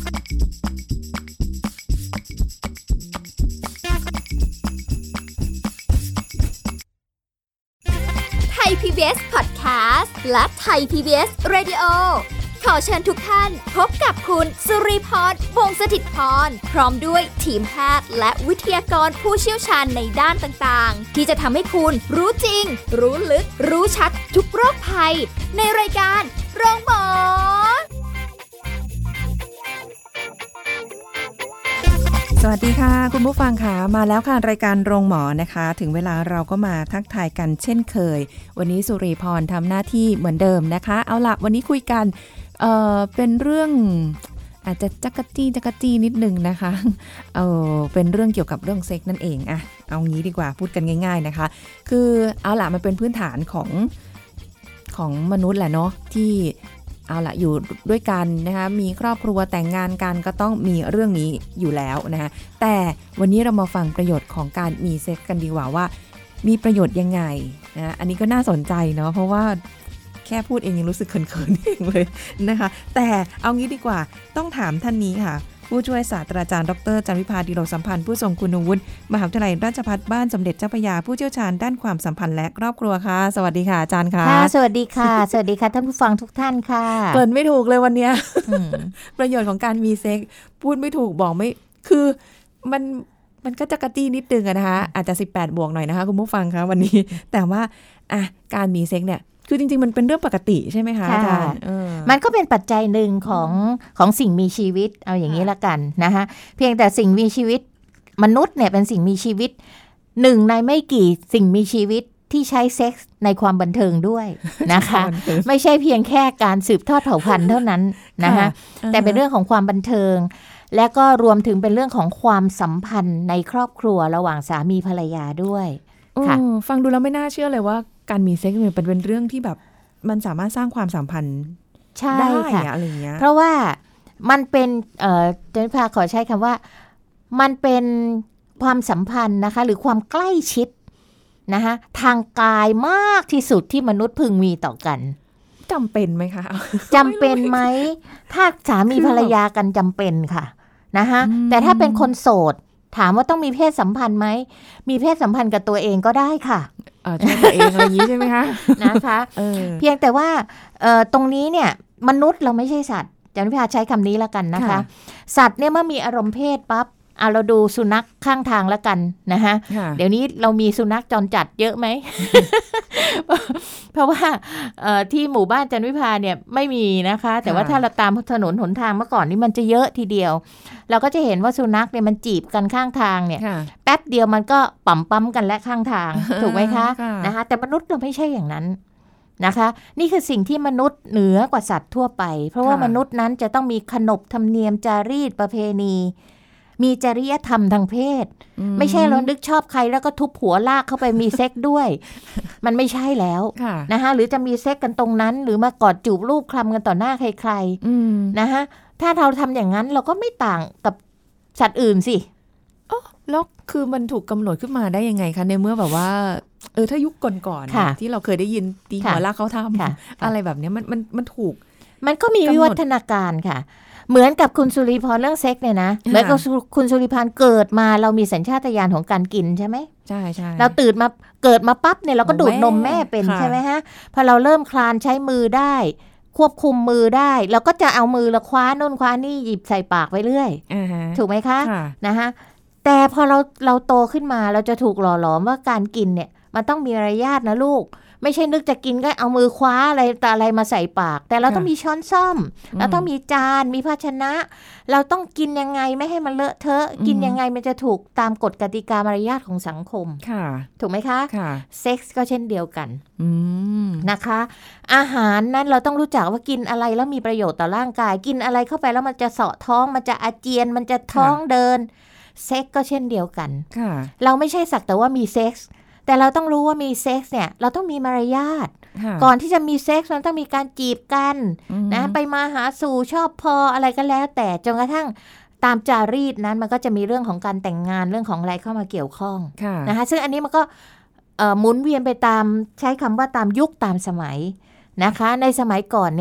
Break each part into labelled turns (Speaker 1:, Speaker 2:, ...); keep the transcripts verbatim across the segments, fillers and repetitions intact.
Speaker 1: ไทย พี บี เอส Podcast และไทย พี บี เอส Radio ขอเชิญทุกท่านพบกับคุณสุริพร วงศ์สถิตพรพร้อมด้วยทีมแพทย์และวิทยากรผู้เชี่ยวชาญในด้านต่างๆที่จะทำให้คุณรู้จริงรู้ลึกรู้ชัดทุกโรคภัยในรายการโรงหมอ
Speaker 2: สวัสดีค่ะคุณผู้ฟังค่ะมาแล้วค่ะรายการโรงหมอนะคะถึงเวลาเราก็มาทักทายกันเช่นเคยวันนี้สุริพรทำหน้าที่เหมือนเดิมนะคะเอาล่ะวันนี้คุยกันเอ่อเป็นเรื่องอาจจะจักรจี้จักรจี้นิดนึงนะคะเออเป็นเรื่องเกี่ยวกับเรื่องเซ็กนั่นเองอะเอางี้ดีกว่าพูดกันง่ายๆนะคะคือเอาล่ะมันเป็นพื้นฐานของของมนุษย์แหละเนาะที่เอาล่ะอยู่ด้วยกันนะคะมีครอบครัวแต่งงานกันก็ต้องมีเรื่องนี้อยู่แล้วนะคะแต่วันนี้เรามาฟังประโยชน์ของการมีเซ็กกันดีกว่าว่ามีประโยชน์ยังไงนะอันนี้ก็น่าสนใจเนาะเพราะว่าแค่พูดเองยังรู้สึกเขินๆเองเลยนะคะแต่เอางี้ดีกว่าต้องถามท่านนี้ค่ะผู้ช่วยศาสตราจารย์ดรจันวิภาดิโรสัมพันธ์ผู้ทรงคุณวุฒิมหาวิทยาลัยราชภัฏบ้านสมเด็จเจ้าพระยาผู้เชี่ยวชาญด้านความสัมพันธ์และครอบครัวค่ะสวัสดีค่ะอาจารย์ค่ะ
Speaker 3: ค่ะสวัสดีค่ะ สวัสดีค่ะท่านผู้ฟังทุกท่านค่ะ
Speaker 2: เกินไม่ถูกเลยวันนี้ ประโยชน์ของการมีเซ็กพูดไม่ถูกบอกไม่คือมันมันก็จะกระตี้นิดนึงนะคะอาจจะสิบแปดบวกหน่อยนะคะคุณผู้ฟังคะวันนี้ แต่ว่าอ่ะการมีเซ็กเนี่ยคือจริงๆมันเป็นเรื่องปกติใช่ไหมคะอาจารย์
Speaker 3: มันก็เป็นปัจจัยหนึ่งของของสิ่งมีชีวิตเอาอย่างนี้ละกันนะคะเพียงแต่สิ่งมีชีวิตมนุษย์เนี่ยเป็นสิ่งมีชีวิตหนึ่งในไม่กี่สิ่งมีชีวิตที่ใช้เซ็กส์ในความบันเทิงด้วยนะคะไม่ใช่เพียงแค่การสืบทอดเผ่าพันธุ์เท่านั้นนะคะแต่เป็นเรื่องของความบันเทิงและก็รวมถึงเป็นเรื่องของความสัมพันธ์ในครอบครัวระหว่างสามีภรรยาด้วยค่ะ
Speaker 2: ฟังดูแล้วไม่น่าเชื่อเลยว่าการมีเซ็กส์มันเป็นเรื่องที่แบบมันสามารถสร้างความสัมพันธ์ได้อะไรอย่างเงี้ย
Speaker 3: เพราะว่ามันเป็นเอ่อเจนพาขอใช้คำว่ามันเป็นความสัมพันธ์นะคะหรือความใกล้ชิดนะคะทางกายมากที่สุดที่มนุษย์พึงมีต่อกัน
Speaker 2: จำเป็นไหมคะ
Speaker 3: จำเป็นไหมถ้าสามีภรรยากันจำเป็นค่ะนะคะแต่ถ้าเป็นคนโสดถามว่าต้องมีเพศสัมพันธ์ไหมมีเพศสัมพันธ์กับตัวเองก็ได้ค่ะ
Speaker 2: ช่วยตัวเองอะไรอย่างนี้ใช่ไหมคะ
Speaker 3: นะคะเ, เพียงแต่ว่าตรงนี้เนี่ยมนุษย์เราไม่ใช่สัตว์จันพิพาใช้คำนี้แล้วกันนะคะสัตว์เนี่ยเมื่อมีอารมณ์เพศปั๊บเอาเราดูสุนัขข้างทางแล้วกันนะคะเดี๋ยวนี้เรามีสุนัขจรจัดเยอะไหม เพราะว่าที่หมู่บ้านจันวิภาเนี่ยไม่มีนะคะแต่ว่าถ้าเราตามถนนหนทางเมื่อก่อนนี่มันจะเยอะทีเดียวเราก็จะเห็นว่าสุนัขเนี่ยมันจีบกันข้างทางเนี่ยแป๊บเดียวมันก็ปั๊มปั๊มกันและข้างทางถูกไหมคะนะคะแต่มนุษย์เราไม่ใช่อย่างนั้นนะคะนี่คือสิ่งที่มนุษย์เหนือกว่าสัตว์ทั่วไปเพราะว่ามนุษย์นั้นจะต้องมีขนบธรรมเนียมจารีตประเพณีมีจริยธรรมทางเพศไม่ใช่เรานึกชอบใครแล้วก็ทุบหัวลากเข้าไปมีเซ็กด้วยมันไม่ใช่แล้วนะคะหรือจะมีเซ็กกันตรงนั้นหรือมากอดจูบลูบคลำกันต่อหน้าใครๆนะคะถ้าเราทำอย่างนั้นเราก็ไม่ต่างกับสัตว์อื่นสิ
Speaker 2: อ๋อแล้วคือมันถูกกำหนดขึ้นมาได้ยังไงคะในเมื่อแบบว่าเออถ้ายุคก่อนๆที่เราเคยได้ยินตีหัวลากเขาทำอะไรแบบนี้มันมันมันถูก
Speaker 3: มันก็มีวิวัฒนาการค่ะเหมือนกับคุณสุริพรเรื่องเซ็กเนี่ยนะเหมือนกับคุณสุริพรเกิดมาเรามีสัญชาตญาณของการกินใช่ไหม
Speaker 2: ใช่ใช่
Speaker 3: เราตื่นมาเกิดมาปั๊บเนี่ยเราก็ดูดนมแม่เป็นใช่ไหมฮะพอเราเริ่มคลานใช้มือได้ควบคุมมือได้เราก็จะเอามือเราคว้าโน่นคว้านี่หยิบใส่ปากไว้เรื่อยถูกไหมคะนะคะแต่พอเราเราโตขึ้นมาเราจะถูกหล่อหลอมว่าการกินเนี่ยมันต้องมีมารยาทนะลูกไม่ใช่นึกจะกินก็เอามือคว้าอะไรตาอะไรมาใส่ปากแต่เราต้องมีช้อนส้อมเราต้องมีจานมีภาชนะเราต้องกินยังไงไม่ให้มันเลอะเทอะกินยังไงมันจะถูกตามกฎกติกามารยาทของสังคมถูกไหมคะเซ็กส์ก็เช่นเดียวกันนะคะอาหารนั้นเราต้องรู้จักว่ากินอะไรแล้วมีประโยชน์ต่อร่างกายกินอะไรเข้าไปแล้วมันจะเสาะท้องมันจะอาเจียนมันจะท้องเดินเซ็กส์ก็เช่นเดียวกันเราไม่ใช่สักแต่ว่ามีเซ็กส์แต่เราต้องรู้ว่ามีเซ็กส์เนี่ยเราต้องมีมารยาทก่อนที่จะมีเซ็กส์มันต้องมีการจีบกันนะไปมาหาสู่ชอบพออะไรก็แล้วแต่จนกระทั่งตามจารีตนั้นมันก็จะมีเรื่องของการแต่งงานเรื่องของอะไรเข้ามาเกี่ยวข้องนะคะซึ่งอันนี้มันก็หมุนเวียนไปตามใช้คำว่าตามยุคตามสมัยนะคะในสมัยก่อนเนี่ย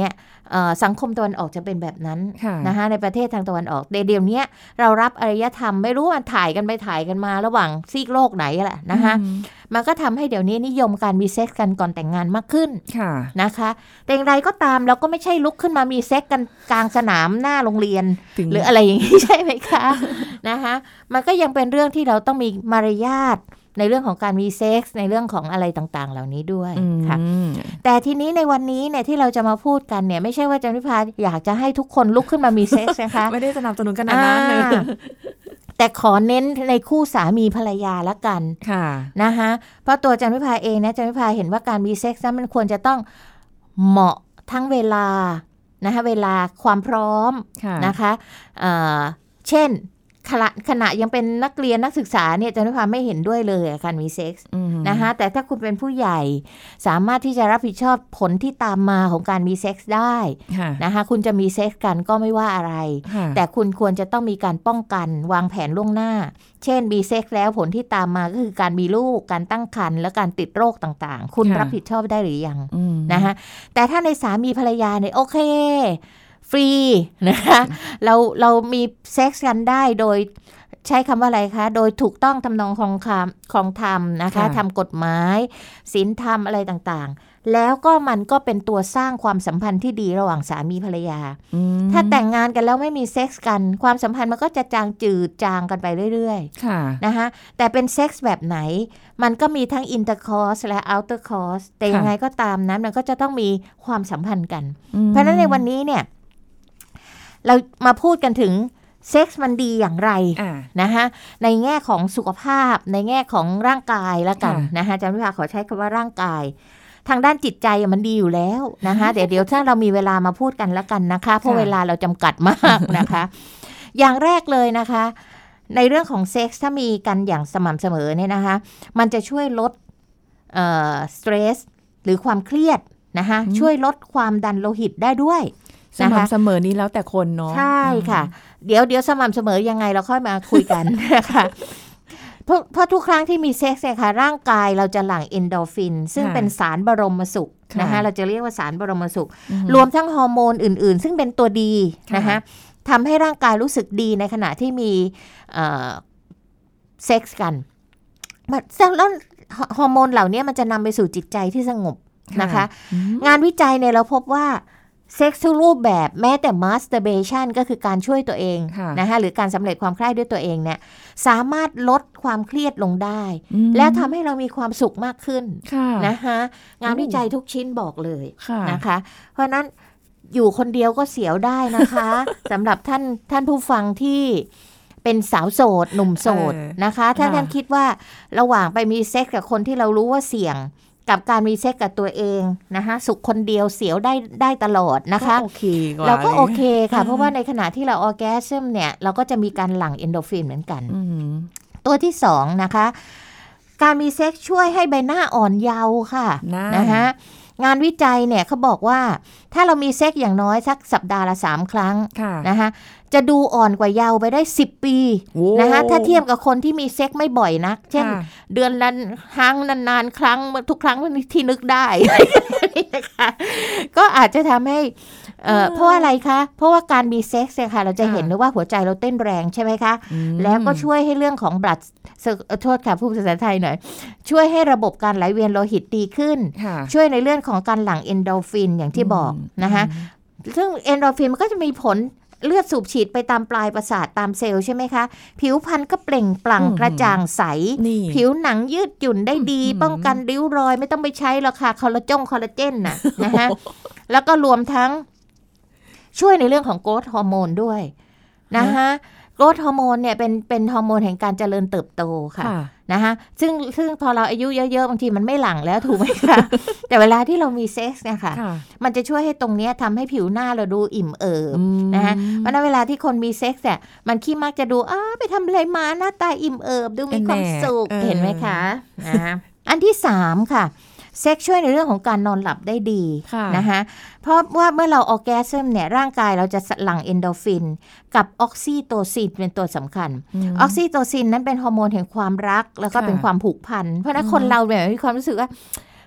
Speaker 3: สังคมตะวันออกจะเป็นแบบนั้นนะคะในประเทศทางตะวันออกเดี๋ยวนี้เรารับอารยธรรมไม่รู้มันถ่ายกันไปถ่ายกันมาระหว่างซีกโลกไหนแหละนะคะมันก็ทำให้เดี๋ยวนี้นิยมการมีเซ็กส์กันก่อนแต่งงานมากขึ้นนะคะแต่อย่างไรก็ตามเราก็ไม่ใช่ลุกขึ้นมามีเซ็กส์กันกลางสนามหน้าโรงเรียนหรืออะไรอย่างนี้ใช่ไหมคะนะคะมันก็ยังเป็นเรื่องที่เราต้องมีมารยาทในเรื่องของการมีเซ็กส์ในเรื่องของอะไรต่างๆเหล่านี้ด้วยค่ะแต่ทีนี้ในวันนี้เนี่ยที่เราจะมาพูดกันเนี่ยไม่ใช่ว่าจันทิพาอยากจะให้ทุกคนลุกขึ้นมามีเซ็กส์นะคะ
Speaker 2: ไม่ได้สนับสนุนขนาดนั้นเลย
Speaker 3: แต่ขอเน้นในคู่สามีภรรยาละกันนะคะเพราะตัวจันทิพาเองนะจันทิพาเห็นว่าการมีเซ็กส์นั้นมันควรจะต้องเหมาะทั้งเวลานะคะเวลาความพร้อมนะคะะเช่นขณะขณะยังเป็นนักเรียนนักศึกษาเนี่ยจันทิพาไม่เห็นด้วยเลยการมีเซ็กส์นะคะแต่ถ้าคุณเป็นผู้ใหญ่สามารถที่จะรับผิดชอบผลที่ตามมาของการมีเซ็กส์ได้นะคะคุณจะมีเซ็กส์กันก็ไม่ว่าอะไรแต่คุณควรจะต้องมีการป้องกันวางแผนล่วงหน้าเช่นมีเซ็กส์แล้วผลที่ตามมาก็คือการมีลูกการตั้งครรภ์และการติดโรคต่างๆคุณรับผิดชอบได้หรือยังนะคะแต่ถ้าในสามีภรรยาเนี่ยโอเคฟรีนะคะเราเรามีเซ็กส์กันได้โดยใช้คำว่าอะไรคะโดยถูกต้องทำนองของคำของธรรมนะคะทำกฎหมายศีลธรรมอะไรต่างๆแล้วก็มันก็เป็นตัวสร้างความสัมพันธ์ที่ดีระหว่างสามีภรรยาถ้าแต่งงานกันแล้วไม่มีเซ็กส์กันความสัมพันธ์มันก็จะจางจืดจางกันไปเรื่อยๆนะคะแต่เป็นเซ็กส์แบบไหนมันก็มีทั้งอินเตอร์คอร์สและเอาท์เตอร์คอร์สแต่ยังไงก็ตามนั้นมันก็จะต้องมีความสัมพันธ์กันเพราะฉะนั้นในวันนี้เนี่ยเรามาพูดกันถึงเซ็กส์มันดีอย่างไรนะคะในแง่ของสุขภาพในแง่ของร่างกายแล้วกันนะคะอาจารย์วิภาขอใช้คำว่าร่างกายทางด้านจิตใจมันดีอยู่แล้วนะคะเดี๋ยวเดี๋ยวถ้าเรามีเวลามาพูดกันแล้วกันนะคะเพราะเวลาเราจำกัดมากนะคะอย่างแรกเลยนะคะในเรื่องของเซ็กส์ถ้ามีกันอย่างสม่ำเสมอเนี่ยนะคะมันจะช่วยลดเอ่อสเตรสหรือความเครียดนะคะช่วยลดความดันโลหิตได้ด้วย
Speaker 2: สม่ำเสมอนี้แล้วแต่คนเนาะ
Speaker 3: ใช่ค่ะเดี๋ยวเดี๋ยวสม่ำเสมอยังไงเราค่อยมาคุยกันนะคะเพราะเพราะทุกครั้งที่มีเซ็กส์เนี่ยค่ะร่างกายเราจะหลั่งเอนโดรฟินซึ่งเป็นสารบรมสุขนะคะเราจะเรียกว่าสารบรมสุขรวมทั้งฮอร์โมนอื่นๆซึ่งเป็นตัวดีนะคะทำให้ร่างกายรู้สึกดีในขณะที่มีเซ็กส์กันแล้วฮอร์โมนเหล่านี้มันจะนำไปสู่จิตใจที่สงบนะคะงานวิจัยเนี่ยเราพบว่าเซ็กส์ทุกรูปแบบแม้แต่ masturbation ก็คือการช่วยตัวเองนะคะหรือการสำเร็จความใคร่ด้วยตัวเองเนี่ยสามารถลดความเครียดลงได้และทำให้เรามีความสุขมากขึ้นนะคะงานวิจัยทุกชิ้นบอกเลยนะคะเพราะนั้นอยู่คนเดียวก็เสียวได้นะคะสำหรับท่านท่านผู้ฟังที่เป็นสาวโสดหนุ่มโสดนะคะถ้าท่านคิดว่าระหว่างไปมีเซ็กส์กับคนที่เรารู้ว่าเสี่ยงกับการมีเซ็กกับตัวเองนะคะสุขคนเดียวเสียวได้ได้ตลอดนะคะเราก็โอเคค่ะเพราะว่าในขณะที่เราออร์แกซึมเนี่ยเราก็จะมีการหลั่งเอนโดรฟินเหมือนกันตัวที่สองนะคะการมีเซ็กช่วยให้ใบหน้าอ่อนเยาว์ค่ะนะคะงานวิจัยเนี่ยเขาบอกว่าถ้าเรามีเซ็กอย่างน้อยสักสัปดาห์ละสามครั้งนะคะจะดูอ่อนกว่าเยาว์ไปได้สิบปีนะคะถ้าเทียบกับคนที่มีเซ็กไม่บ่อยนักเช่นเดือนละครั้งนานๆครั้งทุกครั้งที่นึกได้นะคะก็อาจจะทำให้เอ่อเพราะอะไรคะเพราะว่าการมีเซ็กส์เนี่ยค่ะเราจะเห็นเลยว่าหัวใจเราเต้นแรงใช่ไหมคะแล้วก็ช่วยให้เรื่องของ blood โทษค่ะพูดภาษาไทยหน่อยช่วยให้ระบบการไหลเวียนโลหิตดีขึ้นช่วยในเรื่องของการหลั่งเอนโดรฟินอย่างที่บอกนะคะซึ่งเอนโดรฟินมันก็จะมีผลเลือดสูบฉีดไปตามปลายประสาทตามเซลล์ใช่ไหมคะผิวพรรณก็เปล่งปลั่งกระจ่างใสผิวหนังยืดหยุ่นได้ดีป้องกันริ้วรอยไม่ต้องไปใช้หรอกค่ะคอลลาจงคอลลาเจนน่ะนะคะแล้วก็รวมทั้งช่วยในเรื่องของโกรทฮอร์โมนด้วยนะคะโกรทฮอร์โมนเนี่ยเป็นเป็นฮอร์โมนแห่งการเจริญเติบโตค่ะนะคะซึ่งซึ่งพอเราอายุเยอะๆบางทีมันไม่หลั่งแล้วถูกไหมคะแต่เวลาที่เรามีเซ็กส์เนี่ยค่ะมันจะช่วยให้ตรงนี้ทำให้ผิวหน้าเราดูอิ่มเอิบนะคะเพราะนั้นเวลาที่คนมีเซ็กส์เนี่ยมันขี้มักจะดูอ้าไปทำอะไรมาหน้าตาอิ่มเอิบดูมีความสุขเห็นไหมคะนะคะอันที่สามค่ะเซ็กช่วยในเรื่องของการนอนหลับได้ดีนะคะเพราะว่าเมื่อเราออร์แกซึมเนี่ยร่างกายเราจะหลั่งเอนโดรฟินกับออกซิโตซินเป็นตัวสำคัญออกซิโตซินนั้นเป็นฮอร์โมนแห่งความรักแล้วก็เป็นความผูกพันเพราะฉะนั้นคนเราเนี่ยมีความรู้สึกว่า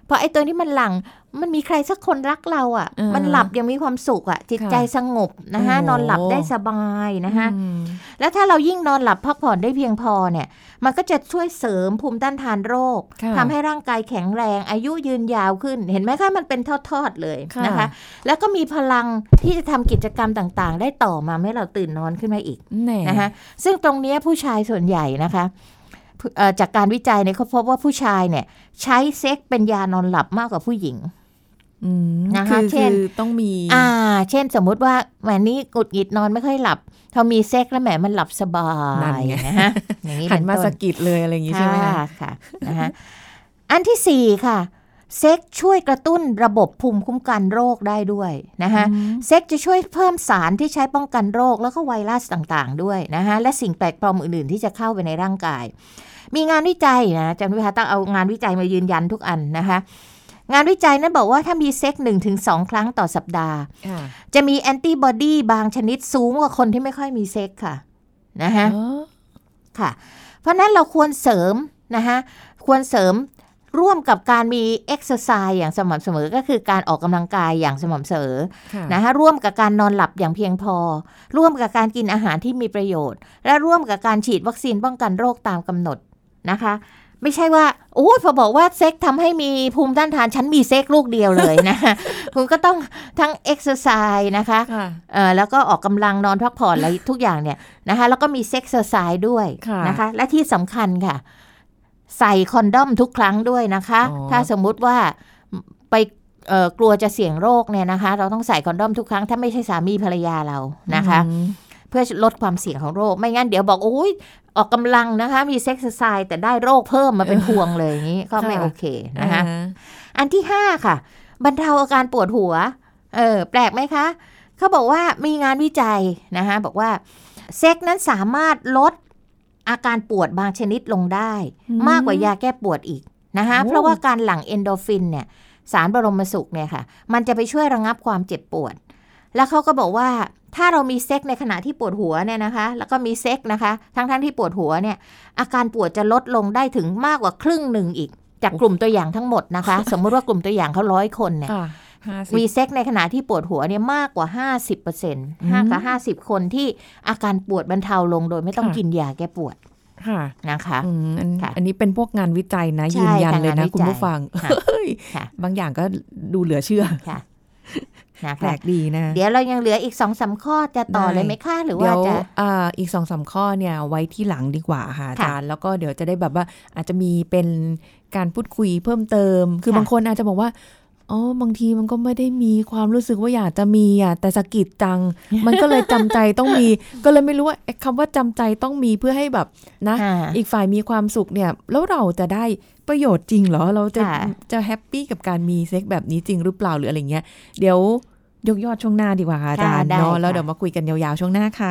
Speaker 3: เพราะไอ้ตัวนี้มันหลั่งมันมีใครสักคนรักเราอ่ะมันหลับยังมีความสุขอ่ะจิตใจสงบนะคะนอนหลับได้สบายนะคะแล้วถ้าเรายิ่งนอนหลับพักผ่อนได้เพียงพอเนี่ยมันก็จะช่วยเสริมภูมิต้านทานโรคทำให้ร่างกายแข็งแรงอายุยืนยาวขึ้นเห็นไหมคะมันเป็นทอดๆเลยนะคะแล้วก็มีพลังที่จะทำกิจกรรมต่างๆได้ต่อมาให้เราตื่นนอนขึ้นมาอีกนะคะซึ่งตรงนี้ผู้ชายส่วนใหญ่นะคะจากการวิจัยเนี่ยเขาพบว่าผู้ชายเนี่ยใช้เซ็กเป็นยานอนหลับมากกว่าผู้หญิงนะคะเช่นต้องมีอ่าเช่นสมมุติว่าแหมนี้กุดหงิดนอนไม่ค่อยหลับพอมีเซ็กแล้วแหมมันหลับสบายนะฮะอย่างนี้หันมาสะกิดเลยอะไรอย่างนี้ใช่ไหมคะค่ะนะคะอันที่สี่ค่ะเซ็กช่วยกระตุ้นระบบภูมิคุ้มกันโรคได้ด้วยนะคะเซ็กจะช่วยเพิ่มสารที่ใช้ป้องกันโรคแล้วก็ไวรัสต่างๆด้วยนะคะและสิ่งแปลกปลอมอื่นๆที่จะเข้าไปในร่างกายมีงานวิจัยนะอาจารย์วิภาต้องเอางานวิจัยมายืนยันทุกอันนะคะงานวิจัยนั้นบอกว่าถ้ามีเซ็ก หนึ่งถึงสอง ครั้งต่อสัปดาห์จะมีแอนติบอดีบางชนิดสูงกว่าคนที่ไม่ค่อยมีเซ็กค่ะนะคะค่ะเพราะนั้นเราควรเสริมนะคะควรเสริมร่วมกับการมีเอ็กซ์ไซส์อย่างสม่ำเสมอก็คือการออกกำลังกายอย่างสม่ำเสมอนะคะร่วมกับการนอนหลับอย่างเพียงพอร่วมกับการกินอาหารที่มีประโยชน์และร่วมกับการฉีดวัคซีนป้องกันโรคตามกำหนดนะคะไม่ใช่ว่าโอ้ยพอบอกว่าเซ็กทำให้มีภูมิต้านทานฉันมีเซ็กลูกเดียวเลยนะ คุณก็ต้องทั้งเอ็กซ์ไซส์นะคะเอ่อแล้วก็ออกกำลังนอนพักผ่อนอะไรทุกอย่างเนี่ยนะคะแล้วก็มีเซ็กซ์ไซส์ด้วยนะคะและที่สำคัญค่ะใส่คอนดอมทุกครั้งด้วยนะคะถ้าสมมุติว่าไปเอ่อกลัวจะเสี่ยงโรคเนี่ยนะคะเราต้องใส่คอนดอมทุกครั้งถ้าไม่ใช่สามีภรรยาเรานะคะเพื่อลดความเสี่ยงของโรคไม่งั้นเดี๋ยวบอกโอ้ยออกกำลังนะคะมีเซ็กซ์ไซส์แต่ได้โรคเพิ่มมาเป็นพวงเลยอย่างนี้ก็ไม่โอเคนะคะอันที่ห้าค่ะบรรเทาอาการปวดหัวเออแปลกไหมคะเขาบอกว่ามีงานวิจัยนะคะบอกว่าเซ็กนั้นสามารถลดอาการปวดบางชนิดลงได้มากกว่ายาแก้ปวดอีกนะคะเพราะว่าการหลั่งเอนโดรฟินเนี่ยสารบรมสุขเนี่ยค่ะมันจะไปช่วยระงับความเจ็บปวดแล้วเขาก็บอกว่าถ้าเรามีเซ็กในขณะที่ปวดหัวเนี่ยนะคะแล้วก็มีเซ็กนะคะทั้งๆที่ปวดหัวเนี่ยอาการปวดจะลดลงได้ถึงมากกว่าครึ่งหนึ่งอีกจากกลุ่มตัวอย่างทั้งหมดนะคะ สมมติว่ากลุ่มตัวอย่างเขาร้อยคนเนี่ยมีเซ็กในขณะที่ปวดหัวเนี่ยมากกว่า ห้าสิบเปอร์เซ็นต์ ห้ากับห้าสิบคนที่อาการปวดบรรเทาลงโดยไม่ต้องกินยาแก้ปวดนะคะ
Speaker 2: อันนี้เป็นพวกงานวิจัยนะยืนยันเลยนะคุณผู้ฟังบางอย่างก็ดูเหลือเชื่อแปลกดีนะ
Speaker 3: เดี๋ยวเรายังเหลืออีก สองสาม ข้อจะต่อเลยไหมคะหรือว่าจะ
Speaker 2: อ่าอีก สองสาม ข้อเนี่ยไว้ที่หลังดีกว่าค่ะอาจารย์แล้วก็เดี๋ยวจะได้แบบว่าอาจจะมีเป็นการพูดคุยเพิ่มเติมคือบางคนอาจจะบอกว่าอ๋อบางทีมันก็ไม่ได้มีความรู้สึกว่าอยากจะมีอ่ะแต่สะกิดจังมันก็เลยจำใจต้องมีก็เลยไม่รู้ว่าคำว่าจำใจต้องมีเพื่อให้แบบนะอีกฝ่ายมีความสุขเนี่ยแล้วเราจะได้ประโยชน์จริงเหรอเราจะจะแฮปปี้กับการมีเซ็กแบบนี้จริงหรือเปล่าหรืออะไรเงี้ยเดี๋ยวยกยอดช่วงหน้าดีกว่าค่ะอาจารย์เนาะแล้วเดี๋ยวมาคุยกันยาวๆช่วงหน้าค่ะ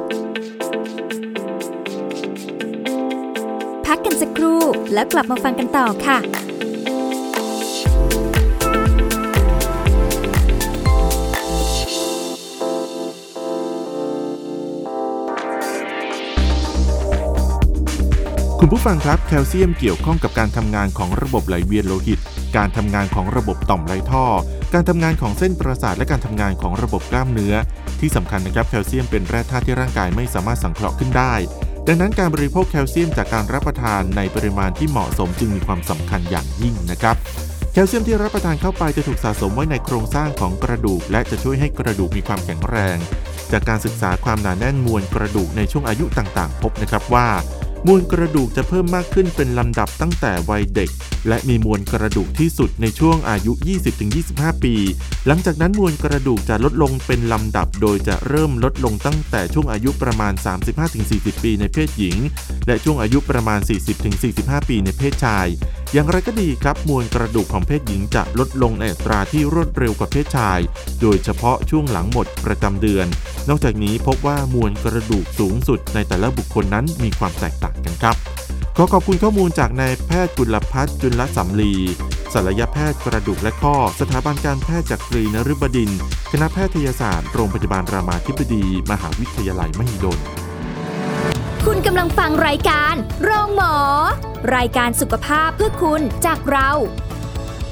Speaker 1: พักกันสักครู่แล้วกลับมาฟังกันต่อค่ะ
Speaker 4: คุณผู้ฟังครับแคลเซียมเกี่ยวข้องกับการทำงานของระบบไหลเวียนโลหิตการทำงานของระบบต่อมไรท่อการทำงานของเส้นประสาทและการทำงานของระบบกล้ามเนื้อที่สำคัญนะครับแคลเซียมเป็นแร่ธาตุที่ร่างกายไม่สามารถสังเคราะห์ขึ้นได้ดังนั้นการบริโภคแคลเซียมจากการรับประทานในปริมาณที่เหมาะสมจึงมีความสำคัญอย่างยิ่งนะครับแคลเซียมที่รับประทานเข้าไปจะถูกสะสมไว้ในโครงสร้างของกระดูกและจะช่วยให้กระดูกมีความแข็งแรงจากการศึกษาความหนาแน่นมวลกระดูกในช่วงอายุต่างๆพบนะครับว่ามวลกระดูกจะเพิ่มมากขึ้นเป็นลำดับตั้งแต่วัยเด็กและมีมวลกระดูกที่สุดในช่วงอายุ ยี่สิบถึงยี่สิบห้า ปีหลังจากนั้นมวลกระดูกจะลดลงเป็นลำดับโดยจะเริ่มลดลงตั้งแต่ช่วงอายุประมาณ สามสิบห้าถึงสี่สิบ ปีในเพศหญิงและช่วงอายุประมาณ สี่สิบถึงสี่สิบห้า ปีในเพศชายอย่างไรก็ดีครับมวลกระดูกของเพศหญิงจะลดลงในอัตราที่รวดเร็วกว่าเพศชายโดยเฉพาะช่วงหลังหมดประจำเดือนนอกจากนี้พบว่ามวลกระดูกสูงสุดในแต่ละบุคคลนั้นมีความแตกต่างกันครับขอขอบคุณข้อมูลจากนายแพทย์กุลภัทรจุลสำลีศัลยแพทย์กระดูกและข้อสถาบันการแพทย์จักรีนฤบดินทร์คณะแพทยศาสตร์โรงพยาบาลรามาธิบดีมหาวิทยาลัยมหิดล
Speaker 1: คุณกำลังฟังรายการโรงหมอรายการสุขภาพเพื่อคุณจากเรา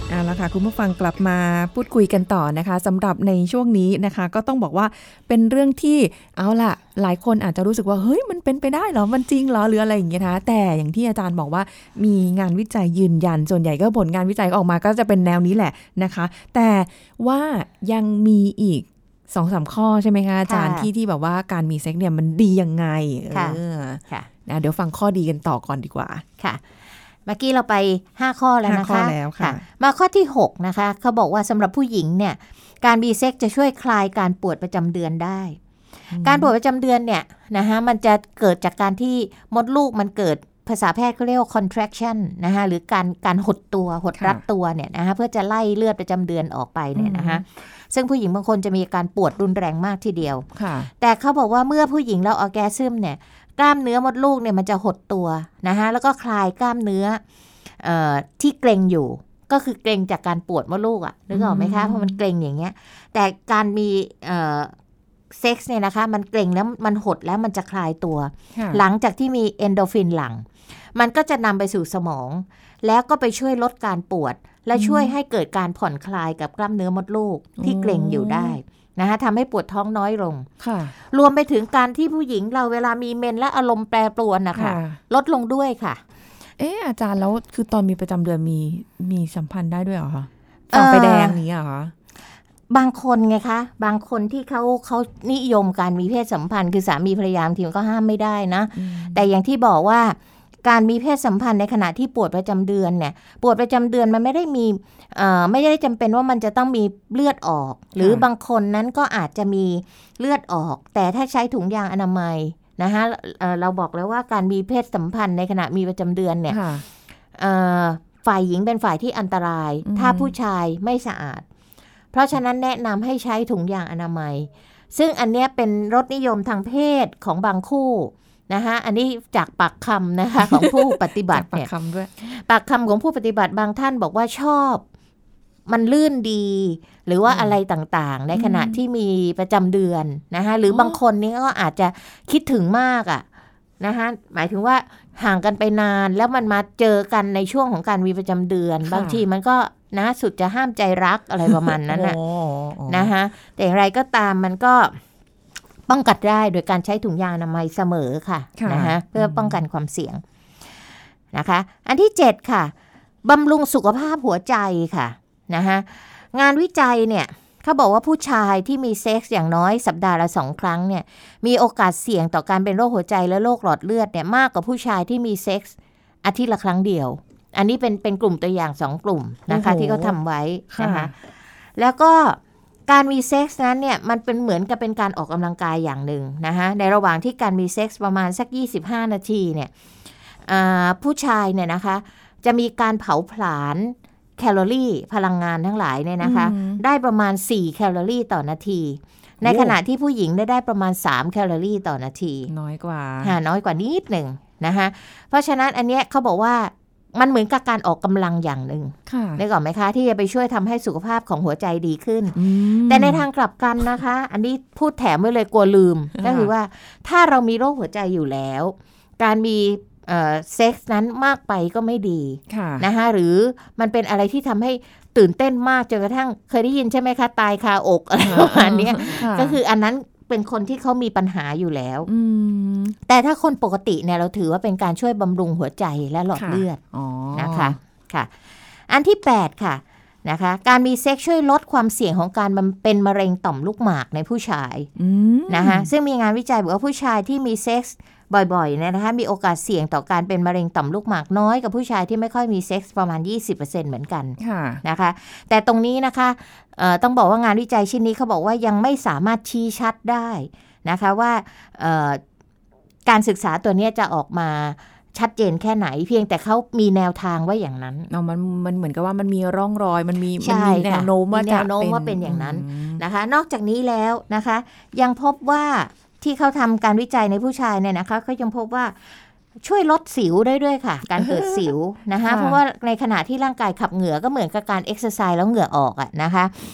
Speaker 2: เอาละค่ะคุณผู้ฟังกลับมาพูดคุยกันต่อนะคะสำหรับในช่วงนี้นะคะก็ต้องบอกว่าเป็นเรื่องที่เอาล่ะหลายคนอาจจะรู้สึกว่าเฮ้ยมันเป็นไปได้เหรอมันจริงเหรอหรืออะไรอย่างเงี้ยนะแต่อย่างที่อาจารย์บอกว่ามีงานวิจัยยืนยันส่วนใหญ่ก็ผลงานวิจัยออกมาก็จะเป็นแนวนี้แหละนะคะแต่ว่ายังมีอีก สองสาม ข้อใช่ไหมคะอาจารย์ที่ที่แบบว่าการมีเซ็กเนี่ยมันดียังไงเออค่ะนะเดี๋ยวฟังข้อดีกันต่อก่อนดีกว่า
Speaker 3: ค่ะเมื่อกี้เราไปห้าข้อแล้วนะคะ
Speaker 2: ห้าข้อแล้วค่ะ
Speaker 3: มาข้อที่หกนะคะเขาบอกว่าสำหรับผู้หญิงเนี่ยการมีเซ็กจะช่วยคลายการปวดประจำเดือนได้การปวดประจำเดือนเนี่ยนะคะมันจะเกิดจากการที่มดลูกมันเกิดภาษาแพทย์เขาเรียกว่า contraction นะคะหรือการการหดตัวหดรัดตัวเนี่ยนะคะเพื่อจะไล่เลือดประจำเดือนออกไปเนี่ยนะคะซึ่งผู้หญิงบางคนจะมีการปวดรุนแรงมากทีเดียวแต่เขาบอกว่าเมื่อผู้หญิงเราออร์แกซึมเนี่ยกล้ามเนื้อมดลูกเนี่ยมันจะหดตัวนะคะแล้วก็คลายกล้ามเนื้อเอ่อที่เกร็งอยู่ก็คือเกร็งจากการปวดมดลูกอ่ะนึกออกไหมคะเพราะมันเกร็งอย่างเงี้ยแต่การมีเอ่อเซ็กซ์เนี่ยนะคะมันเกร็งแล้วมันหดแล้วมันจะคลายตัวหลังจากที่มีเอนโดฟินหลั่งมันก็จะนำไปสู่สมองแล้วก็ไปช่วยลดการปวดและช่วยให้เกิดการผ่อนคลายกับกล้ามเนื้อมดลูกที่เกร็งอยู่ได้นะคะทำให้ปวดท้องน้อยลงรวมไปถึงการที่ผู้หญิงเราเวลามีเมนและอารมณ์แปรปรวนนะคะลดลงด้วยค่ะ
Speaker 2: เอออาจารย์แล้วคือตอนมีประจำเดือนมีมีสัมพันธ์ได้ด้วยเหรอคะฝ่าไฟแดงนี้เหรอคะ
Speaker 3: บางคนไงคะบางคนที่เขาเขานิยมการมีเพศสัมพันธ์คือสามีภรรยาบางทีมันก็ห้ามไม่ได้นะแต่อย่างที่บอกว่าการมีเพศสัมพันธ์ในขณะที่ปวดประจำเดือนเนี่ยปวดประจำเดือนมันไม่ได้มีเอ่อไม่ได้จำเป็นว่ามันจะต้องมีเลือดออกหรือบางคนนั้นก็อาจจะมีเลือดออกแต่ถ้าใช้ถุงยางอนามัยนะคะ เอ่อ เราบอกแล้วว่าการมีเพศสัมพันธ์ในขณะมีประจำเดือนเนี่ยฝ่ายหญิงเป็นฝ่ายที่อันตรายถ้าผู้ชายไม่สะอาดเพราะฉะนั้นแนะนำให้ใช้ถุงยางอนามัยซึ่งอันเนี้ยเป็นรสนิยมทางเพศของบางคู่นะคะอันนี้จากปากคำนะคะของผู้ปฏิบัติเนี่ยปากคำด้วยปากคำของผู้ปฏิบัติบางท่านบอกว่าชอบมันลื่นดีหรือว่าอะไรต่างๆในขณะที่มีประจำเดือนนะคะหรือบางคนนี่ก็อาจจะคิดถึงมากอ่ะนะคะหมายถึงว่าห่างกันไปนานแล้วมันมาเจอกันในช่วงของการมีประจำเดือนบางทีมันก็นะสุดจะห้ามใจรักอะไรประมาณนั้นน่ะนะคะแต่อย่างไรก็ตามมันก็ป้องกันได้โดยการใช้ถุงยางอนามัยเสมอค่ะนะคะเพื่อป้องกันความเสี่ยงนะคะอันที่เจ็ดค่ะบำรุงสุขภาพหัวใจค่ะนะคะงานวิจัยเนี่ยเขาบอกว่าผู้ชายที่มีเซ็กส์อย่างน้อยสัปดาห์ละสองครั้งเนี่ยมีโอกาสเสี่ยงต่อการเป็นโรคหัวใจและโรคหลอดเลือดเนี่ยมากกว่าผู้ชายที่มีเซ็กส์อาทิตย์ละครั้งเดียวอันนี้เป็นเป็นกลุ่มตัวอย่างสองกลุ่มนะคะที่เขาทำไว้นะคะแล้วก็การมีเซ็กส์นั้นเนี่ยมันเป็นเหมือนกับเป็นการออกกำลังกายอย่างหนึ่งนะคะในระหว่างที่การมีเซ็กส์ประมาณสักยี่สิบห้านาทีเนี่ยผู้ชายเนี่ยนะคะจะมีการเผาผลาญแคลอรี่พลังงานทั้งหลายเนี่ยนะคะได้ประมาณสี่แคลอรี่ต่อนาทีในขณะที่ผู้หญิงได้ได้ประมาณสามแคลอรี่ต่อนาที
Speaker 2: น้อยกว่า
Speaker 3: ฮะน้อยกว่านิดหนึ่งนะคะเพราะฉะนั้นอันเนี้ยเขาบอกว่ามันเหมือนกับการออกกำลังอย่างหนึ่งได้ก่อนไหมคะที่จะไปช่วยทำให้สุขภาพของหัวใจดีขึ้นแต่ในทางกลับกันนะคะอันนี้พูดแถมไว้เลยกลัวลืมก็คือว่าถ้าเรามีโรคหัวใจอยู่แล้วการมีเอ่อเซ็กส์นั้นมากไปก็ไม่ดีนะคะหรือมันเป็นอะไรที่ทำให้ตื่นเต้นมากจนกระทั่งเคยได้ยินใช่ไหมคะตายคาอกอะไรประมาณนี้ก็คืออันนั้นเป็นคนที่เขามีปัญหาอยู่แล้วแต่ถ้าคนปกติเนี่ยเราถือว่าเป็นการช่วยบำรุงหัวใจและหลอดเลือดนะคะค่ะอันที่แปดค่ะนะคะการมีเซ็กช่วยลดความเสี่ยงของการเป็นมะเร็งต่อมลูกหมากในผู้ชายนะคะซึ่งมีงานวิจัยบอกว่าผู้ชายที่มีเซ็กส์บ่อยๆเนี่ยนะคะมีโอกาสเสี่ยงต่อการเป็นมะเร็งต่อมลูกหมากน้อยกว่าผู้ชายที่ไม่ค่อยมีเซ็กส์ประมาณ ยี่สิบเปอร์เซ็นต์ เหมือนกันนะคะแต่ตรงนี้นะคะต้องบอกว่างานวิจัยชิ้นนี้เขาบอกว่ายังไม่สามารถชี้ชัดได้นะคะว่าการศึกษาตัวนี้จะออกมาชัดเจนแค่ไหนเพียงแต่เขามีแนวทางไว้อย่างนั้น
Speaker 2: เนาะมันมันเหมือนกับว่ามันมีร่องรอยมันมีมันมีแนวโน้มว่าจะ
Speaker 3: เป็นอย่างนั้นนะคะนอกจากนี้แล้วนะคะยังพบว่าที่เขาทำการวิจัยในผู้ชายเนี่ยนะคะเขายังพบว่าช่วยลดสิวได้ด้วยค่ะการเกิดสิวนะคะเพราะว่าในขณะที่ร่างกายขับเหงื่อก็เหมือนกับการเอ็กซ์ไซส์แล้วเหงื่อออกอะนะคะ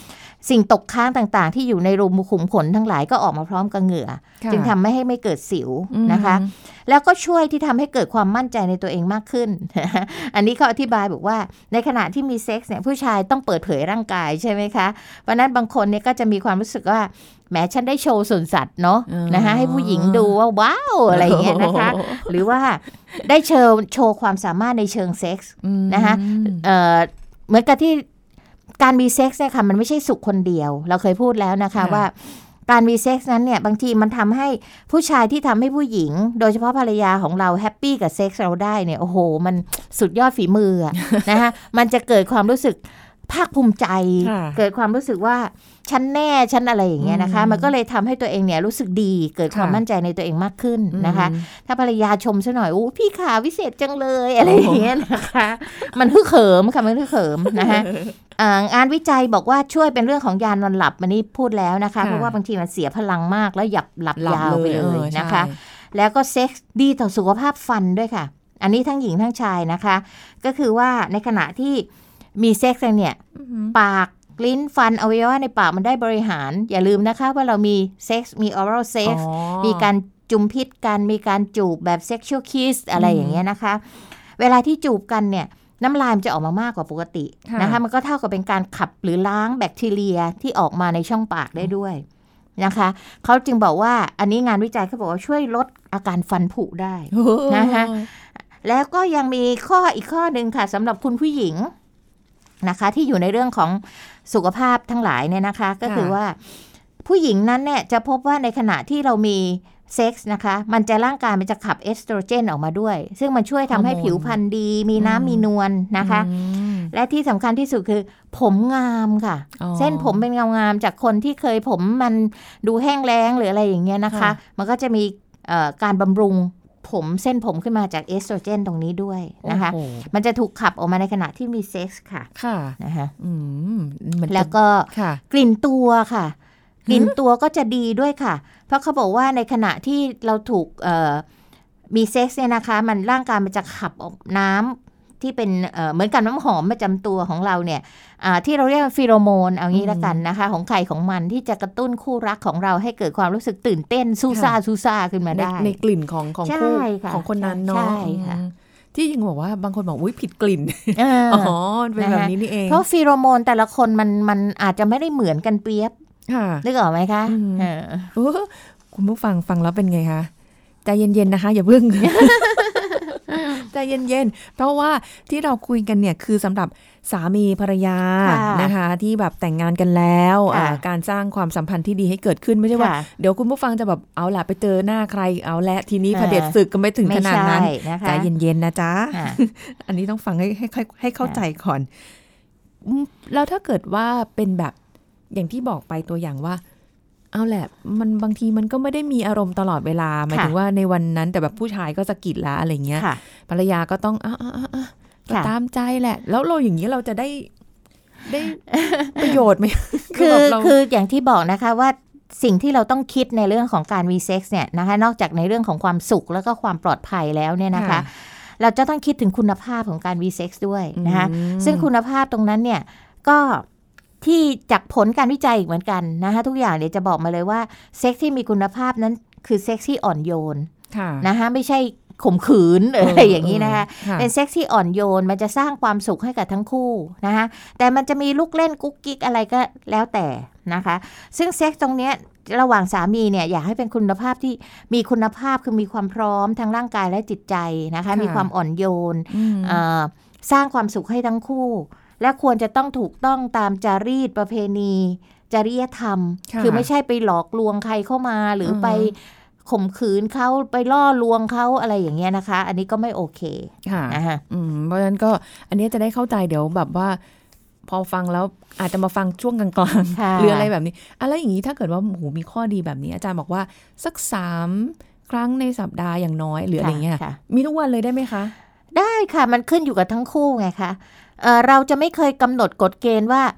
Speaker 3: สิ่งตกค้างต่างๆที่อยู่ในรูขุมขนทั้งหลายก็ออกมาพร้อมกับเหงื่อจึงทำให้ให้ไม่เกิดสิวนะคะแล้วก็ช่วยที่ทำให้เกิดความมั่นใจในตัวเองมากขึ้น อันนี้เขาอธิบายบอกว่าในขณะที่มีเซ็กส์เนี่ยผู้ชายต้องเปิดเผยร่างกายใช่ไหมคะเพราะนั้นบางคนเนี่ยก็จะมีความรู้สึกว่าแหมฉันได้โชว์ส่วนสัตว์เนาะนะคะให้ผู้หญิงดูว่าว้าวอะไรอย่างเงี้ยนะคะหรือว่าได้โชว์โชว์ความสามารถในเชิงเซ็กส์นะคะเอ่อเหมือนกับที่การมีเซ็กส์เนี่ยค่ะมันไม่ใช่สุขคนเดียวเราเคยพูดแล้วนะคะว่าการมีเซ็กส์นั้นเนี่ยบางทีมันทำให้ผู้ชายที่ทำให้ผู้หญิงโดยเฉพาะภรรยาของเราแฮปปี้กับเซ็กส์เราได้เนี่ยโอ้โหมันสุดยอดฝีมืออะนะคะมันจะเกิดความรู้สึกภาคภูมิใจเกิดความรู้สึกว่าฉันแน่ฉันอะไรอย่างเงี้ยนะคะมันก็เลยทำให้ตัวเองเนี่ยรู้สึกดีเกิดความมั่นใจในตัวเองมากขึ้นนะคะถ้าภรรยาชมซะหน่อยโอ้พี่ขาวิเศษจังเลยอะไรอย่างเงี้ยนะคะมันฮึ่เขิมค่ะมันฮึ่เขิมนะคะงานวิจัยบอกว่าช่วยเป็นเรื่องของยานอนหลับมันนี่พูดแล้วนะคะเพราะว่าบางทีมันเสียพลังมากแล้วหยับหลับยาวไปเลยนะคะแล้วก็เซ็กส์ดีต่อสุขภาพฟันด้วยค่ะอันนี้ทั้งหญิงทั้งชายนะคะก็คือว่าในขณะที่มีเซ็กส์เนี่ยปากลิ้นฟันอวัยวะในปากมันได้บริหารอย่าลืมนะคะว่าเรามีเซ็กส์มี oral sex มีการจุมพิษกันมีการจูบแบบ sexual kiss อะไรอย่างเงี้ยนะคะเวลาที่จูบกันเนี่ยน้ำลายมันจะออกมามากกว่าปกตินะคะมันก็เท่ากับเป็นการขับหรือล้างแบคทีเรียที่ออกมาในช่องปากได้ด้วยนะคะเขาจึงบอกว่าอันนี้งานวิจัยเขาบอกว่าช่วยลดอาการฟันผุได้นะคะแล้วก็ยังมีข้ออีกข้อนึงค่ะสำหรับคุณผู้หญิงนะคะที่อยู่ในเรื่องของสุขภาพทั้งหลายเนี่ยนะคะก็คือว่าผู้หญิงนั้นเนี่ยจะพบว่าในขณะที่เรามีเซ็กส์นะคะมันจะร่างกายมันจะขับเอสโตรเจนออกมาด้วยซึ่งมันช่วยทำให้ผิวพรรณดีมีน้ำมีนวล นะคะและที่สำคัญที่สุดคือผมงามค่ะเส้นผมเป็นเงางามจากคนที่เคยผมมันดูแห้งแล้งหรืออะไรอย่างเงี้ยนะคะมันก็จะมีการบำรุงผมเส้นผมขึ้นมาจากเอสโตรเจนตรงนี้ด้วยนะคะมันจะถูกขับออกมาในขณะที่มีเซ็กส์ค่ะค่ะนะคะแล้วก็กลิ่นตัวค่ะกลิ่นตัวก็จะดีด้วยค่ะเพราะเขาบอกว่าในขณะที่เราถูกมีเซ็กส์เนี่ยนะคะมันร่างกายมันจะขับออกน้ำที่เป็นเหมือนกับน้ำหอมประจำตัวของเราเนี่ยที่เราเรียกว่าฟีโรโมนเอางี้ละกันนะคะของใครของมันที่จะกระตุ้นคู่รักของเราให้เกิดความรู้สึกตื่นเต้นซูซ่าซูซ่าขึ้นมาได้
Speaker 2: ในกลิ่นของของคู่ของคนนั้นเนาะที่ยังบอกว่าบางคนบอกอุ้ยผิดกลิ่นอ๋อเป็นแบบนี้นี่เอง
Speaker 3: เพราะฟีโรโมนแต่ละคนมันมันอาจจะไม่ได้เหมือนกันเปียบนึกออกไหมคะ
Speaker 2: คุณผู้ฟังฟังแล้วเป็นไงคะใจเย็นๆนะคะอย่าเพิ่ง ใจเย็นๆเพราะว่าที่เราคุยกันเนี่ยคือสำหรับสามีภรรยานะคะที่แบบแต่งงานกันแล้วการสร้างความสัมพันธ์ที่ดีให้เกิดขึ้นไม่ใช่ว่าเดี๋ยวคุณผู้ฟังจะแบบเอาล่ะไปเจอหน้าใครเอาและทีนี้เผด็จศึกก็ไม่ถึงขนาดนั้นใจเย็นๆนะจ๊ะ อันนี้ต้องฟังให้ให้ให้เข้าใจก่อนแล้วถ้าเกิดว่าเป็นแบบอย่างที่บอกไปตัวอย่างว่าเอาแหละมันบางทีมันก็ไม่ได้มีอารมณ์ตลอดเวลาหมายถึงว่าในวันนั้นแต่แบบผู้ชายก็สะกิดละอะไรเงี้ยภรรยาก็ต้องอ่ะๆๆก็ตามใจแหละแล้วเราอย่างนี้เราจะได้ได้ประโยชน์ไหม
Speaker 3: คือคืออย่างที่บอกนะคะว่าสิ่งที่เราต้องคิดในเรื่องของการมีเซ็กส์เนี่ยนะคะนอกจากในเรื่องของความสุขแล้วก็ความปลอดภัยแล้วเนี่ยนะคะเราจะต้องคิดถึงคุณภาพของการมีเซ็กส์ด้วยนะคะซึ่งคุณภาพตรงนั้นเนี่ยก็ที่จากผลการวิจัยอีกเหมือนกันนะคะทุกอย่างเนี่ยจะบอกมาเลยว่าเซ็กที่มีคุณภาพนั้นคือเซ็กที่อ่อนโยนนะคะไม่ใช่ข่มขืนอะไรอย่างนี้นะคะเป็นเซ็กที่อ่อนโยนมันจะสร้างความสุขให้กับทั้งคู่นะคะแต่มันจะมีลูกเล่นกุ๊กกิ๊กอะไรก็แล้วแต่นะคะซึ่งเซ็กตรงเนี้ยระหว่างสามีเนี่ยอยากให้เป็นคุณภาพที่มีคุณภาพคือมีความพร้อมทั้งร่างกายและจิตใจนะคะมีความอ่อนโยนสร้างความสุขให้ทั้งคู่และควรจะต้องถูกต้องตามจารีตประเพณีจริยธรรมคือไม่ใช่ไปหลอกลวงใครเข้ามาหรือไปข่มขืนเขาไปล่อลวงเขาอะไรอย่างเงี้ยนะคะอันนี้ก็ไม่โอเค
Speaker 2: ค่ะอืมเพราะฉะนั้นก็อันนี้จะได้เข้าใจเดี๋ยวแบบว่าพอฟังแล้วอาจจะมาฟังช่วงกลางๆหรืออะไรแบบนี้อะไรอย่างนี้ถ้าเกิดว่าโหมีข้อดีแบบนี้อาจารย์บอกว่าสักสามครั้งในสัปดาห์อย่างน้อยหรืออะไรเงี้ยมีทุกวันเลยได้ไหมคะ
Speaker 3: ได้ค่ะมันขึ้นอยู่กับทั้งคู่ไงคะเอ่อเราจะไม่เคยกำหนดกฎเกณฑ์ว่า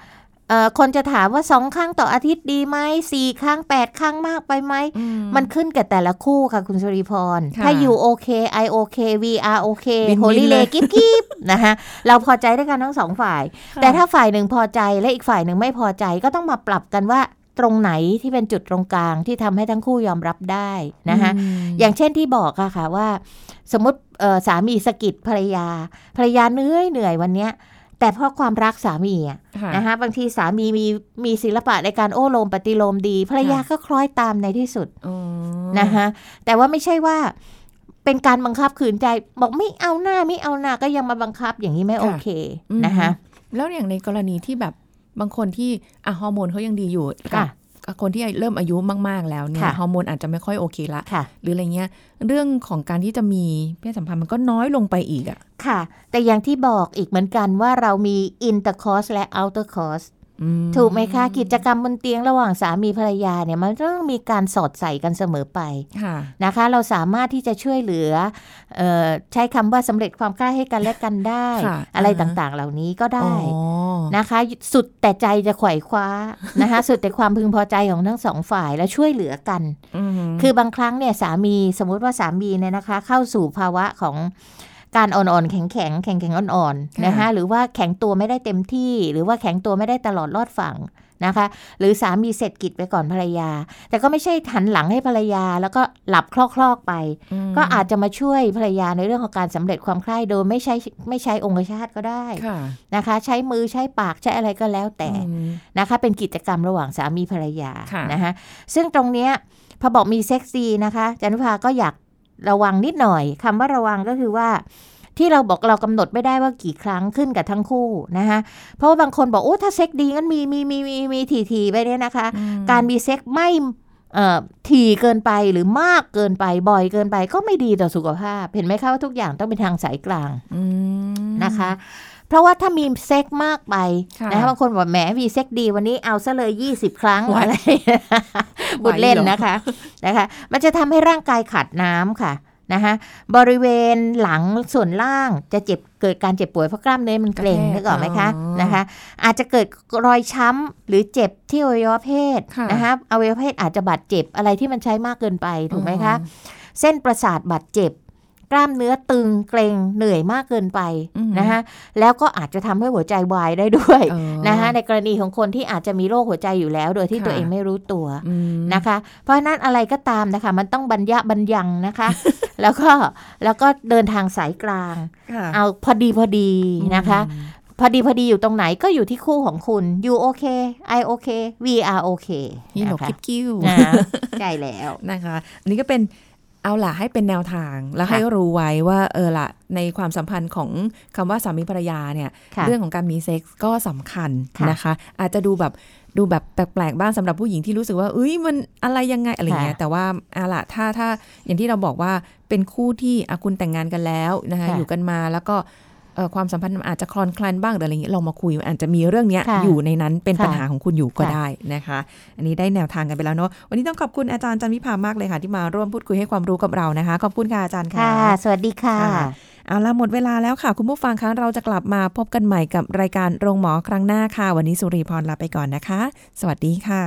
Speaker 3: เอ่อคนจะถามว่าสองครั้งต่ออาทิตย์ดีไหมสี่ครั้งแปดครั้งมากไปไหมมมันขึ้นกับแต่ละคู่ค่ะคุณสุริพรถ้าอยู่โอเค I โอเค วี อาร์ โอเค โฮลี่เลกิ๊บกิ๊บนะคะเราพอใจด้วยกันทั้งสองฝ่ายแต่ถ้าฝ่ายหนึ่งพอใจและอีกฝ่ายหนึ่งไม่พอใจก็ต้องมาปรับกันว่าตรงไหนที่เป็นจุดตรงกลางที่ทำให้ทั้งคู่ยอมรับได้นะคะอย่างเช่นที่บอกอะค่ะว่าสมมติสามีสะกิดภรรยาภรรยาเหนื่อยเหนื่อยวันเนี้ยแต่เพราะความรักสามีอะนะคะบางทีสามีมีมีศิลปะในการโอ้โลมปฏิโลมดีภรรยาก็คล้อยตามในที่สุดนะคะแต่ว่าไม่ใช่ว่าเป็นการบังคับขืนใจบอกไม่เอาหน้าไม่เอาหน้าก็ยังมาบังคับอย่างนี้ไม่โอเคนะคะ
Speaker 2: แล้วอย่างในกรณีที่แบบบางคนที่อ่ะฮอร์โมนเขายังดีอยู่กับคนที่เริ่มอายุมากๆแล้วเนี่ยฮอร์โมนอาจจะไม่ค่อยโอเคละหรืออะไรเงี้ยเรื่องของการที่จะมีเพศสัมพันธ์มันก็น้อยลงไปอีกอ่ะ
Speaker 3: ค่ะแต่อย่างที่บอกอีกเหมือนกันว่าเรามี intercourse และ outercourse ถูกไหมคะกิจกรรมบนเตียงระหว่างสามีภรรยาเนี่ยมันต้องมีการสอดใส่กันเสมอไปนะคะเราสามารถที่จะช่วยเหลือเอ่อใช้คำว่าสำเร็จความใกล้ให้กันและกันได้ อะไรต่างๆเหล่านี้ก็ได้นะคะสุดแต่ใจจะไขว่คว้านะคะสุดแต่ความพึงพอใจของทั้งสองฝ่ายแล้วช่วยเหลือกันคือบางครั้งเนี่ยสามีสมมุติว่าสามีเนี่ยนะคะเข้าสู่ภาวะของการอ่อนๆแข็งๆแข็งแข็งอ่อนๆนะคะหรือว่าแข็งตัวไม่ได้เต็มที่หรือว่าแข็งตัวไม่ได้ตลอดรอดฝั่งนะคะหรือสามีเสร็จกิจไปก่อนภรรยาแต่ก็ไม่ใช่หันหลังให้ภรรยาแล้วก็หลับคลอกๆไปก็อาจจะมาช่วยภรรยาในเรื่องของการสำเร็จความใคร่โดยไม่ใช้ไม่ใช้องคชาตก็ได้นะคะใช้มือใช้ปากใช้อะไรก็แล้วแต่นะคะเป็นกิจกรรมระหว่างสามีภรรยานะคะซึ่งตรงเนี้ยพอบอกมีเซ็กซี่นะคะจันทภาก็อยากระวังนิดหน่อยคำว่าระวังก็คือว่าที่เราบอกเรากำหนดไม่ได้ว่ากี่ครั้งขึ้นกับทั้งคู่นะคะเพราะว่าบางคนบอกโอ้ถ้าเซ็กดีงั้นมีมีมีมีมีถี่ๆไปเนี่ยนะคะการมีเซ็กไม่เอ่อถี่เกินไปหรือมากเกินไปบ่อยเกินไปก็ไม่ดีต่อสุขภาพเห็นไหมคะว่าทุกอย่างต้องเป็นทางสายกลางนะคะเพราะว่าถ้ามีเซ็กมากไปนะคะบางคนบอกแหมมีเซ็กดีวันนี้เอาซะเลยยี่สิบครั้งอะไรบุดเล่นนะคะนะคะมันจะทำให้ร่างกายขาดน้ำค่ะนะคะบริเวณหลังส่วนล่างจะเจ็บเกิดการเจ็บป่วยเพราะกล้ามเนื้อมันเกร็งนึกออกไหมคะนะคะอาจจะเกิดรอยช้ำหรือเจ็บที่อวัยวะเพศนะคะอวัยวะเพศอาจจะบาดเจ็บอะไรที่มันใช้มากเกินไปถูกไหมคะเส้นประสาทบาดเจ็บกล้ามเนื้อตึงเกร็งเหนื่อยมากเกินไปนะคะแล้วก็อาจจะทำให้หัวใจวายได้ด้วยนะคะในกรณีของคนที่อาจจะมีโรคหัวใจอยู่แล้วโดยที่ตัวเองไม่รู้ตัวนะคะเพราะนั้นอะไรก็ตามนะคะมันต้องบรรยะบรรยังนะคะแล้วก็แล้วก็เดินทางสายกลางเอาพอดีพอดีนะคะพอดีพอดีอยู่ตรงไหนก็อยู่ที่คู่ของคุณ you โอเค I โอเค we are โอเค
Speaker 2: นี่หนกคิดกิ้ว
Speaker 3: ใช่แล้ว
Speaker 2: นะคะอันนี้ก็เป็นเอาล่ะให้เป็นแนวทางแล้วให้รู้ไว้ว่าเออล่ะในความสัมพันธ์ของคำว่าสามีภรรยาเนี่ยเรื่องของการมีเซ็กส์ก็สำคัญนะคะอาจจะดูแบบดูแบบแปลกๆบ้างสำหรับผู้หญิงที่รู้สึกว่าเอ้ยมันอะไรยังไงอะไรเงี้ยแต่ว่าเอาล่ะถ้าถ้าอย่างที่เราบอกว่าเป็นคู่ที่คุณแต่งงานกันแล้วนะคะอยู่กันมาแล้วก็ความสัมพันธ์อาจจะคลอนคลานบ้างหรืออะไรอย่างนี้เรามาคุยอาจจะมีเรื่องนี้อยู่ในนั้นเป็นปัญหาของคุณอยู่ก็ได้นะคะอันนี้ได้แนวทางกันไปแล้วเนาะวันนี้ต้องขอบคุณอาจารย์จันวิภามากเลยค่ะที่มาร่วมพูดคุยให้ความรู้กับเรานะคะขอบคุณค่ะอาจารย์ค่ะ
Speaker 3: สวัสดีค่ะ
Speaker 2: เอาล่ะหมดเวลาแล้วค่ะคุณผู้ฟังคะเราจะกลับมาพบกันใหม่กับรายการโรงหมอครั้งหน้าค่ะวันนี้สุรีพรลาไปก่อนนะคะสวัสดีค่ะ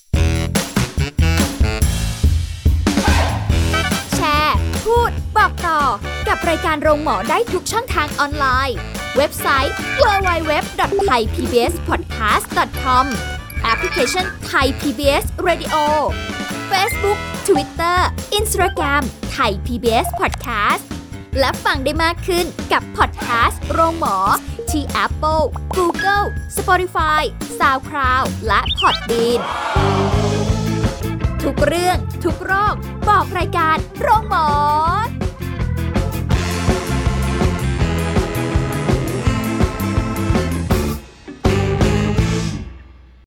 Speaker 1: แชร์พูดบอกต่อกับรายการโรงหมอได้ทุกช่องทางออนไลน์เว็บไซต์ ดับเบิลยู ดับเบิลยู ดับเบิลยู ดอท ไทยพีบีเอสพอดแคสต์ ดอท คอม แอปพลิเคชัน Thai พี บี เอส Radio Facebook Twitter Instagram Thai พี บี เอส Podcast และฟังได้มากขึ้นกับพอดแคสต์โรงหมอที่ Apple, Google, Spotify, SoundCloud และ Podbean ทุกเรื่องทุกโรคบอกรายการโรงหมอ